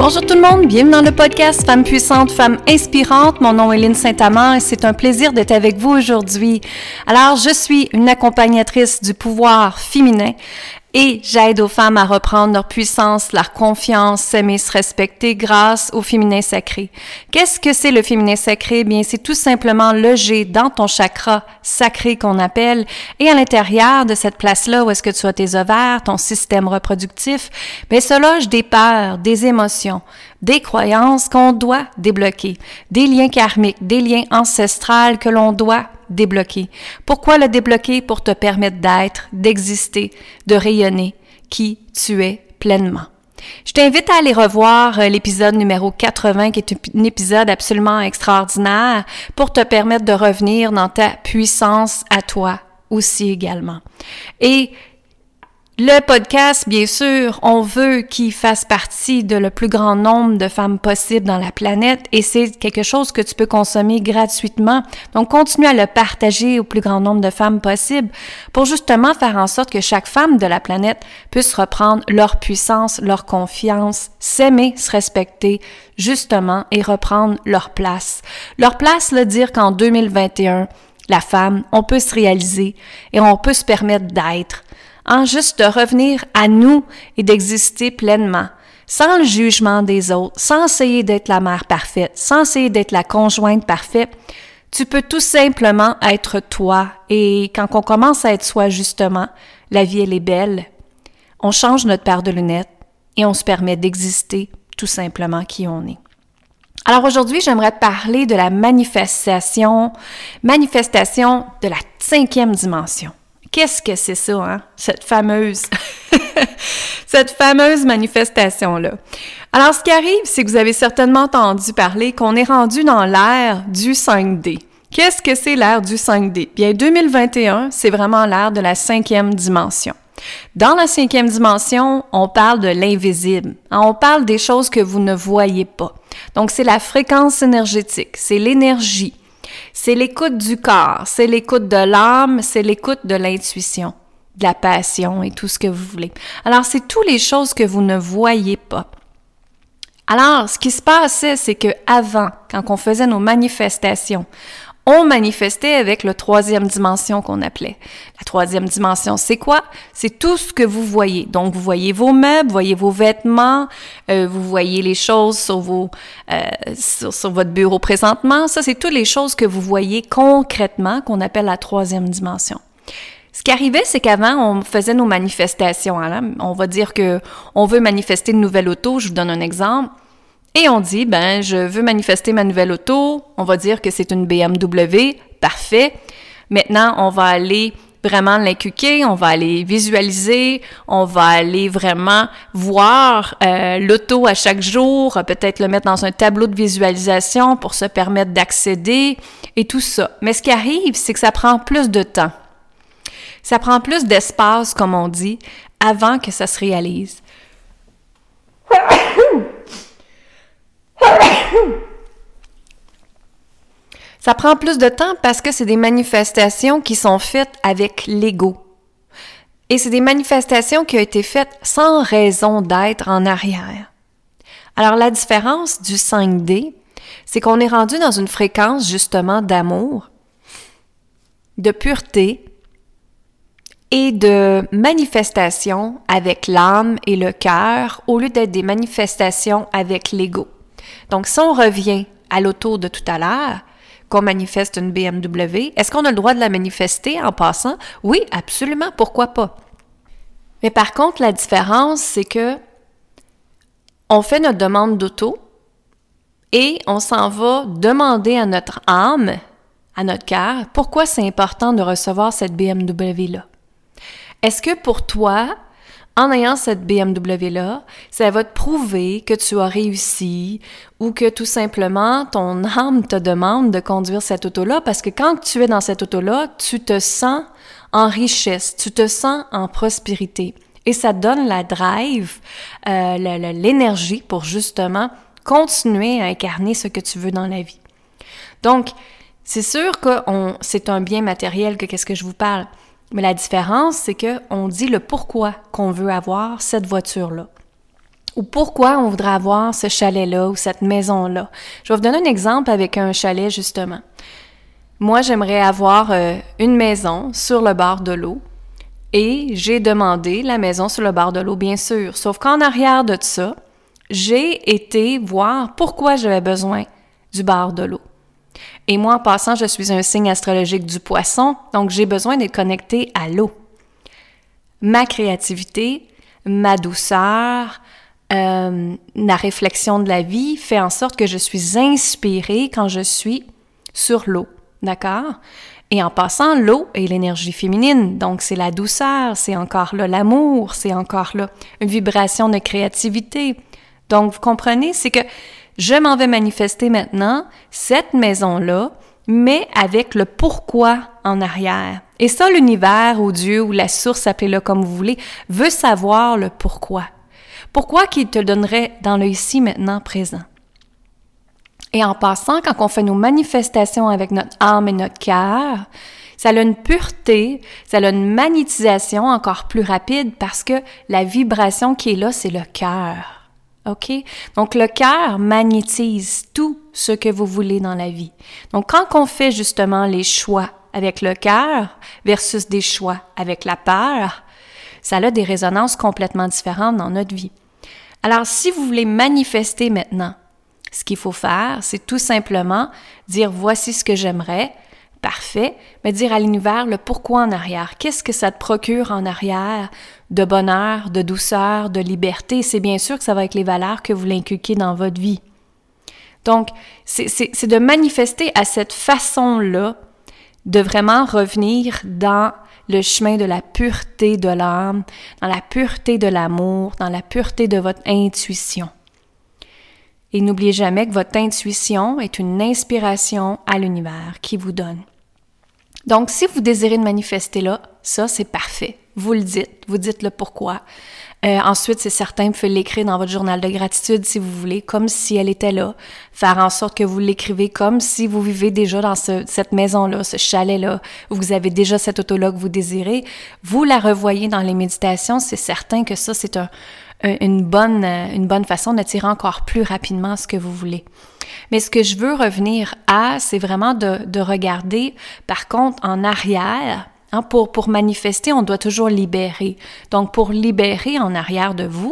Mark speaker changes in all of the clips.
Speaker 1: Bonjour tout le monde, bienvenue dans le podcast Femmes puissantes, Femmes inspirantes. Mon nom est Lynne Saint-Amand et c'est un plaisir d'être avec vous aujourd'hui. Alors, je suis une accompagnatrice du pouvoir féminin et j'aide aux femmes à reprendre leur puissance, leur confiance, s'aimer, se respecter grâce au féminin sacré. Qu'est-ce que c'est le féminin sacré? Bien, c'est tout simplement loger dans ton chakra sacré qu'on appelle et à l'intérieur de cette place-là où est-ce que tu as tes ovaires, ton système reproductif, bien, se loge des peurs, des émotions, des croyances qu'on doit débloquer, des liens karmiques, des liens ancestrales que l'on doit débloquer. Pourquoi le débloquer? Pour te permettre d'être, d'exister, de rayonner qui tu es pleinement. Je t'invite à aller revoir l'épisode numéro 80, qui est un épisode absolument extraordinaire pour te permettre de revenir dans ta puissance à toi aussi également. Et le podcast, bien sûr, on veut qu'il fasse partie de le plus grand nombre de femmes possible dans la planète et c'est quelque chose que tu peux consommer gratuitement. Donc, continue à le partager au plus grand nombre de femmes possible pour justement faire en sorte que chaque femme de la planète puisse reprendre leur puissance, leur confiance, s'aimer, se respecter, justement, et reprendre leur place. Leur place, là, dire qu'en 2021, la femme, on peut se réaliser et on peut se permettre d'être. Juste de revenir à nous et d'exister pleinement, sans le jugement des autres, sans essayer d'être la mère parfaite, sans essayer d'être la conjointe parfaite. Tu peux tout simplement être toi. Et quand on commence à être soi, justement, la vie, elle est belle. On change notre paire de lunettes et on se permet d'exister tout simplement qui on est. Alors aujourd'hui, j'aimerais te parler de la manifestation de la 5e dimension. Qu'est-ce que c'est ça, hein? Cette fameuse manifestation-là. Alors, ce qui arrive, c'est que vous avez certainement entendu parler qu'on est rendu dans l'ère du 5D. Qu'est-ce que c'est l'ère du 5D? Bien, 2021, c'est vraiment l'ère de la 5e dimension. Dans la 5e dimension, on parle de l'invisible. On parle des choses que vous ne voyez pas. Donc, c'est la fréquence énergétique, c'est l'énergie. C'est l'écoute du corps, c'est l'écoute de l'âme, c'est l'écoute de l'intuition, de la passion et tout ce que vous voulez. Alors, c'est toutes les choses que vous ne voyez pas. Alors, ce qui se passait, c'est que avant, quand on faisait nos manifestations, on manifestait avec la 3e dimension qu'on appelait. La 3e dimension, c'est quoi? C'est tout ce que vous voyez. Donc, vous voyez vos meubles, vous voyez vos vêtements, vous voyez les choses sur votre bureau présentement. Ça, c'est toutes les choses que vous voyez concrètement qu'on appelle la 3e dimension. Ce qui arrivait, c'est qu'avant, on faisait nos manifestations. Hein? On va dire que on veut manifester une nouvelle auto. Je vous donne un exemple. Et on dit, je veux manifester ma nouvelle auto. On va dire que c'est une BMW. Parfait. Maintenant, on va aller vraiment l'inculquer, on va aller visualiser, on va aller vraiment voir l'auto à chaque jour, peut-être le mettre dans un tableau de visualisation pour se permettre d'accéder et tout ça. Mais ce qui arrive, c'est que ça prend plus de temps. Ça prend plus d'espace, comme on dit, avant que ça se réalise. Ça prend plus de temps parce que c'est des manifestations qui sont faites avec l'ego. Et c'est des manifestations qui ont été faites sans raison d'être en arrière. Alors la différence du 5D, c'est qu'on est rendu dans une fréquence justement d'amour, de pureté et de manifestation avec l'âme et le cœur au lieu d'être des manifestations avec l'ego. Donc, si on revient à l'auto de tout à l'heure, qu'on manifeste une BMW, est-ce qu'on a le droit de la manifester en passant? Oui, absolument, pourquoi pas? Mais par contre, la différence, c'est que on fait notre demande d'auto et on s'en va demander à notre âme, à notre cœur, pourquoi c'est important de recevoir cette BMW-là. Est-ce que pour toi, en ayant cette BMW-là, ça va te prouver que tu as réussi ou que tout simplement ton âme te demande de conduire cette auto-là parce que quand tu es dans cette auto-là, tu te sens en richesse, tu te sens en prospérité et ça te donne la drive, l'énergie pour justement continuer à incarner ce que tu veux dans la vie. Donc, c'est sûr que c'est un bien matériel que qu'est-ce que je vous parle. Mais la différence, c'est qu'on dit le pourquoi qu'on veut avoir cette voiture-là. ou pourquoi on voudrait avoir ce chalet-là ou cette maison-là. Je vais vous donner un exemple avec un chalet, justement. Moi, j'aimerais avoir une maison sur le bord de l'eau et j'ai demandé la maison sur le bord de l'eau, bien sûr. Sauf qu'en arrière de ça, j'ai été voir pourquoi j'avais besoin du bord de l'eau. Et moi, en passant, je suis un signe astrologique du Poisson, donc j'ai besoin d'être connectée à l'eau. Ma créativité, ma douceur, la réflexion de la vie fait en sorte que je suis inspirée quand je suis sur l'eau, d'accord? Et en passant, l'eau est l'énergie féminine, donc c'est la douceur, c'est encore là l'amour, c'est encore là une vibration de créativité. Donc, vous comprenez, c'est que je m'en vais manifester maintenant cette maison-là, mais avec le pourquoi en arrière. Et ça, l'univers ou Dieu ou la source, appelez-le comme vous voulez, veut savoir le pourquoi. Pourquoi qu'il te le donnerait dans le ici, maintenant, présent. Et en passant, quand on fait nos manifestations avec notre âme et notre cœur, ça a une pureté, ça a une magnétisation encore plus rapide parce que la vibration qui est là, c'est le cœur. OK? Donc, le cœur magnétise tout ce que vous voulez dans la vie. Donc, quand on fait justement les choix avec le cœur versus des choix avec la peur, ça a des résonances complètement différentes dans notre vie. Alors, si vous voulez manifester maintenant, ce qu'il faut faire, c'est tout simplement dire « voici ce que j'aimerais ». Parfait, mais dire à l'univers le pourquoi en arrière. Qu'est-ce que ça te procure en arrière de bonheur, de douceur, de liberté? C'est bien sûr que ça va avec les valeurs que vous l'inculquez dans votre vie. Donc, c'est de manifester à cette façon-là, de vraiment revenir dans le chemin de la pureté de l'âme, dans la pureté de l'amour, dans la pureté de votre intuition. Et n'oubliez jamais que votre intuition est une inspiration à l'univers qui vous donne. Donc, si vous désirez de manifester là, ça, c'est parfait. Vous le dites, vous dites le pourquoi. Ensuite, c'est certain, vous pouvez l'écrire dans votre journal de gratitude si vous voulez, comme si elle était là. Faire en sorte que vous l'écrivez comme si vous vivez déjà dans cette maison-là, ce chalet-là, où vous avez déjà cette auto-là que vous désirez. Vous la revoyez dans les méditations, c'est certain que ça, c'est une bonne façon d'attirer encore plus rapidement ce que vous voulez. Mais ce que je veux revenir à, c'est vraiment de regarder, par contre, en arrière. Hein, pour manifester, on doit toujours libérer. Donc, pour libérer en arrière de vous,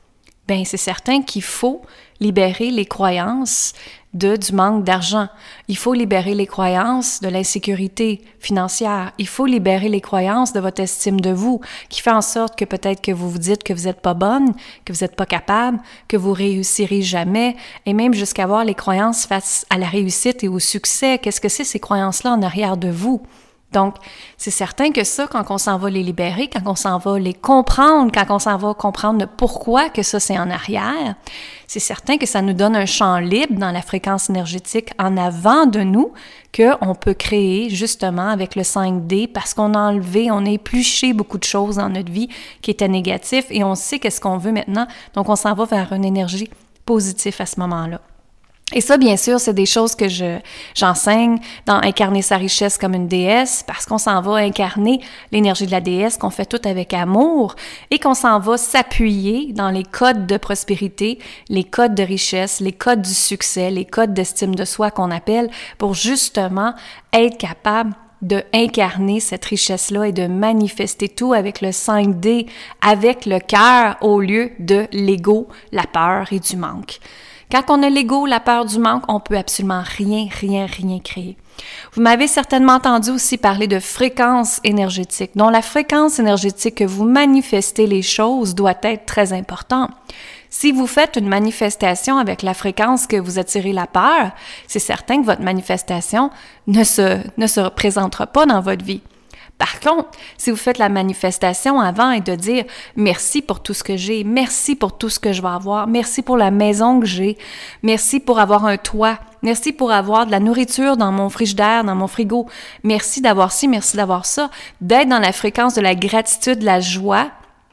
Speaker 1: ben c'est certain qu'il faut libérer les croyances du manque d'argent. Il faut libérer les croyances de l'insécurité financière. Il faut libérer les croyances de votre estime de vous, qui fait en sorte que peut-être que vous vous dites que vous n'êtes pas bonne, que vous n'êtes pas capable, que vous réussirez jamais, et même jusqu'à avoir les croyances face à la réussite et au succès. Qu'est-ce que c'est ces croyances-là en arrière de vous? Donc, c'est certain que ça, quand on s'en va les libérer, quand on s'en va les comprendre, quand on s'en va comprendre le pourquoi que ça, c'est en arrière, c'est certain que ça nous donne un champ libre dans la fréquence énergétique en avant de nous qu'on peut créer justement avec le 5D parce qu'on a enlevé, on a épluché beaucoup de choses dans notre vie qui étaient négatives et on sait qu'est-ce qu'on veut maintenant. Donc, on s'en va vers une énergie positive à ce moment-là. Et ça, bien sûr, c'est des choses que j'enseigne dans Incarner sa richesse comme une déesse, parce qu'on s'en va incarner l'énergie de la déesse, qu'on fait tout avec amour, et qu'on s'en va s'appuyer dans les codes de prospérité, les codes de richesse, les codes du succès, les codes d'estime de soi qu'on appelle, pour justement être capable de incarner cette richesse-là et de manifester tout avec le 5D, avec le cœur au lieu de l'ego, la peur et du manque. Quand on a l'ego, la peur du manque, on peut absolument rien créer. Vous m'avez certainement entendu aussi parler de fréquence énergétique, dont la fréquence énergétique que vous manifestez les choses doit être très importante. Si vous faites une manifestation avec la fréquence que vous attirez la peur, c'est certain que votre manifestation ne se représentera pas dans votre vie. Par contre, si vous faites la manifestation avant et de dire « merci pour tout ce que j'ai, merci pour tout ce que je vais avoir, merci pour la maison que j'ai, merci pour avoir un toit, merci pour avoir de la nourriture dans mon frigidaire, dans mon frigo, merci d'avoir ci, merci d'avoir ça », d'être dans la fréquence de la gratitude, la joie,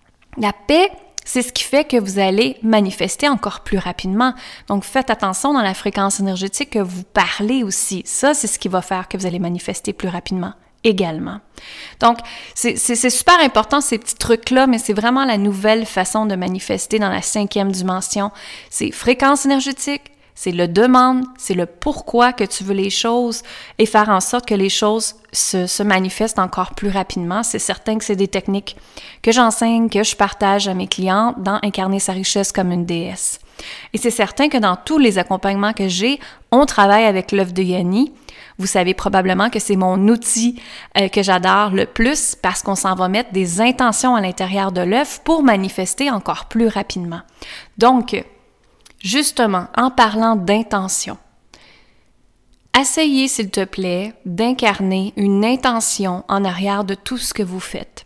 Speaker 1: la paix, c'est ce qui fait que vous allez manifester encore plus rapidement. Donc, faites attention dans la fréquence énergétique que vous parlez aussi. Ça, c'est ce qui va faire que vous allez manifester plus rapidement. également. Donc, c'est super important ces petits trucs-là, mais c'est vraiment la nouvelle façon de manifester dans la 5e dimension. C'est fréquence énergétique, c'est le demande, c'est le pourquoi que tu veux les choses et faire en sorte que les choses se manifestent encore plus rapidement. C'est certain que c'est des techniques que j'enseigne, que je partage à mes clients dans Incarner sa richesse comme une déesse. Et c'est certain que dans tous les accompagnements que j'ai, on travaille avec l'œuf de Yoni. Vous savez probablement que c'est mon outil que j'adore le plus parce qu'on s'en va mettre des intentions à l'intérieur de l'œuf pour manifester encore plus rapidement. Donc, justement, en parlant d'intention, essayez, s'il te plaît, d'incarner une intention en arrière de tout ce que vous faites.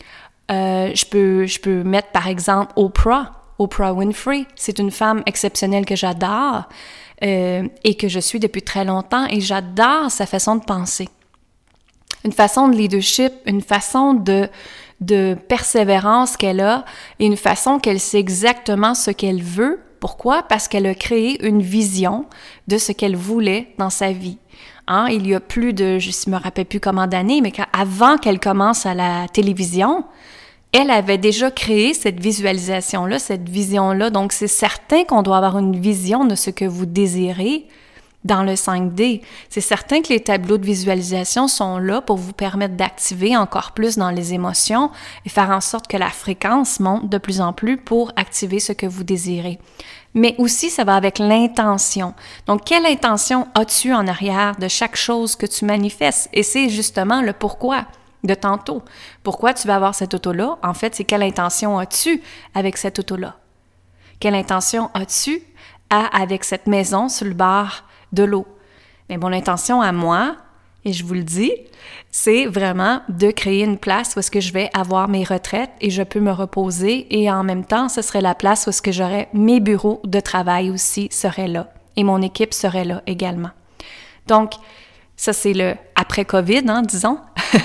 Speaker 1: Je peux mettre, par exemple, Oprah Winfrey. C'est une femme exceptionnelle que j'adore et que je suis depuis très longtemps et j'adore sa façon de penser. Une façon de leadership, une façon de persévérance qu'elle a et une façon qu'elle sait exactement ce qu'elle veut. Pourquoi? Parce qu'elle a créé une vision de ce qu'elle voulait dans sa vie. Hein? Il y a plus de, je ne me rappelle plus combien d'années, mais avant qu'elle commence à la télévision, elle avait déjà créé cette visualisation-là, cette vision-là. Donc, c'est certain qu'on doit avoir une vision de ce que vous désirez dans le 5D. C'est certain que les tableaux de visualisation sont là pour vous permettre d'activer encore plus dans les émotions et faire en sorte que la fréquence monte de plus en plus pour activer ce que vous désirez. Mais aussi, ça va avec l'intention. Donc, quelle intention as-tu en arrière de chaque chose que tu manifestes? Et c'est justement le pourquoi de tantôt. Pourquoi tu vas avoir cette auto-là? En fait, c'est quelle intention as-tu avec cette auto-là? Quelle intention as-tu avec cette maison sur le bord de l'eau? Mais mon intention à moi, et je vous le dis, c'est vraiment de créer une place où est-ce que je vais avoir mes retraites et je peux me reposer et en même temps, ce serait la place où est-ce que j'aurais mes bureaux de travail aussi seraient là et mon équipe serait là également. Donc, ça c'est le après-COVID, hein, disons.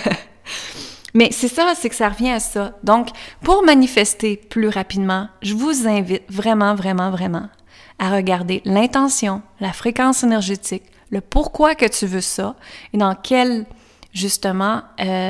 Speaker 1: Mais c'est ça, c'est que ça revient à ça. Donc, pour manifester plus rapidement, je vous invite vraiment, vraiment, vraiment à regarder l'intention, la fréquence énergétique, le pourquoi que tu veux ça et dans quelle, justement,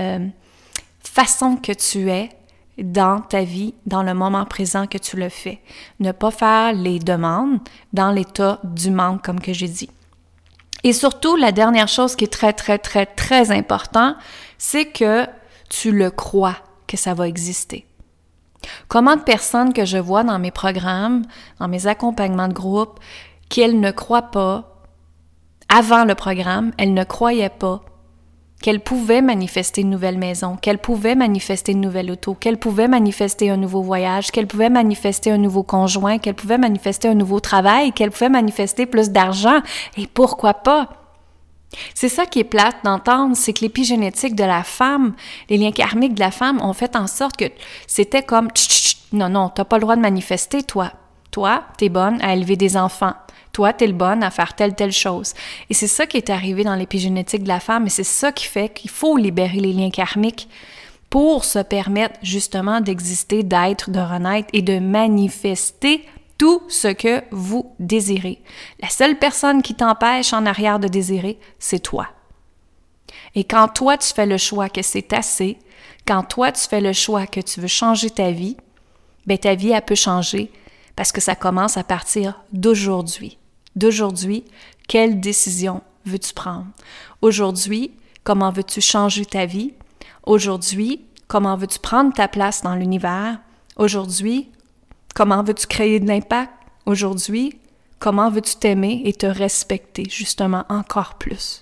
Speaker 1: façon que tu es dans ta vie, dans le moment présent que tu le fais. Ne pas faire les demandes dans l'état du manque, comme que j'ai dit. Et surtout, la dernière chose qui est très, très, très, très important, c'est que tu le crois que ça va exister. Combien de personnes que je vois dans mes programmes, dans mes accompagnements de groupe, qu'elles ne croient pas, avant le programme, elles ne croyaient pas qu'elles pouvaient manifester une nouvelle maison, qu'elles pouvaient manifester une nouvelle auto, qu'elles pouvaient manifester un nouveau voyage, qu'elles pouvaient manifester un nouveau conjoint, qu'elles pouvaient manifester un nouveau travail, qu'elles pouvaient manifester plus d'argent. Et pourquoi pas? C'est ça qui est plate d'entendre, c'est que l'épigénétique de la femme, les liens karmiques de la femme ont fait en sorte que c'était comme « Non, t'as pas le droit de manifester, toi. Toi, t'es bonne à élever des enfants. Toi, t'es le bonne à faire telle chose. » Et c'est ça qui est arrivé dans l'épigénétique de la femme et c'est ça qui fait qu'il faut libérer les liens karmiques pour se permettre justement d'exister, d'être, de renaître et de manifester tout ce que vous désirez. La seule personne qui t'empêche en arrière de désirer, c'est toi. Et quand toi, tu fais le choix que c'est assez, quand toi, tu fais le choix que tu veux changer ta vie, bien, ta vie, elle peut changer parce que ça commence à partir d'aujourd'hui. D'aujourd'hui, quelle décision veux-tu prendre? Aujourd'hui, comment veux-tu changer ta vie? Aujourd'hui, comment veux-tu prendre ta place dans l'univers? Aujourd'hui, comment veux-tu créer de l'impact? Aujourd'hui, comment veux-tu t'aimer et te respecter, justement, encore plus?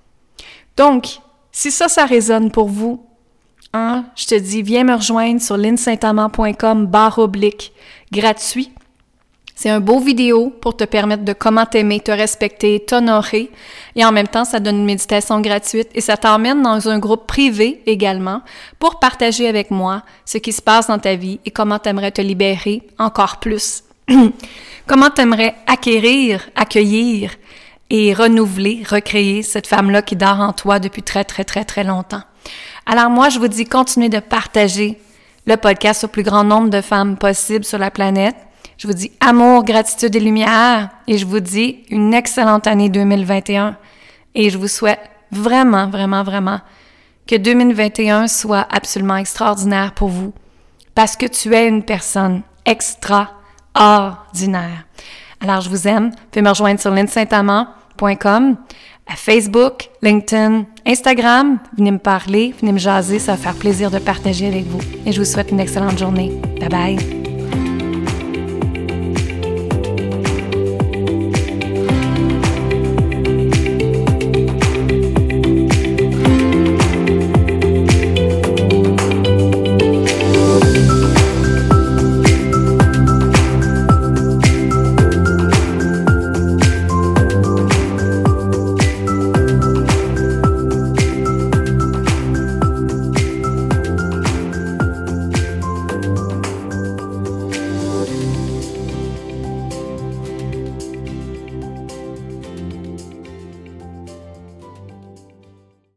Speaker 1: Donc, si ça résonne pour vous, hein, je te dis, viens me rejoindre sur linsaintamant.com/gratuit. C'est un beau vidéo pour te permettre de comment t'aimer, te respecter, t'honorer. Et en même temps, ça donne une méditation gratuite et ça t'emmène dans un groupe privé également pour partager avec moi ce qui se passe dans ta vie et comment t'aimerais te libérer encore plus. Comment t'aimerais acquérir, accueillir et renouveler, recréer cette femme-là qui dort en toi depuis très, très, très, très longtemps. Alors moi, je vous dis, continuez de partager le podcast au plus grand nombre de femmes possible sur la planète. Je vous dis amour, gratitude et lumière et je vous dis une excellente année 2021 et je vous souhaite vraiment, vraiment, vraiment que 2021 soit absolument extraordinaire pour vous parce que tu es une personne extraordinaire. Alors, je vous aime. Vous pouvez me rejoindre sur linsaintamant.com, à Facebook, LinkedIn, Instagram. Venez me parler, venez me jaser. Ça va faire plaisir de partager avec vous. Et je vous souhaite une excellente journée. Bye bye!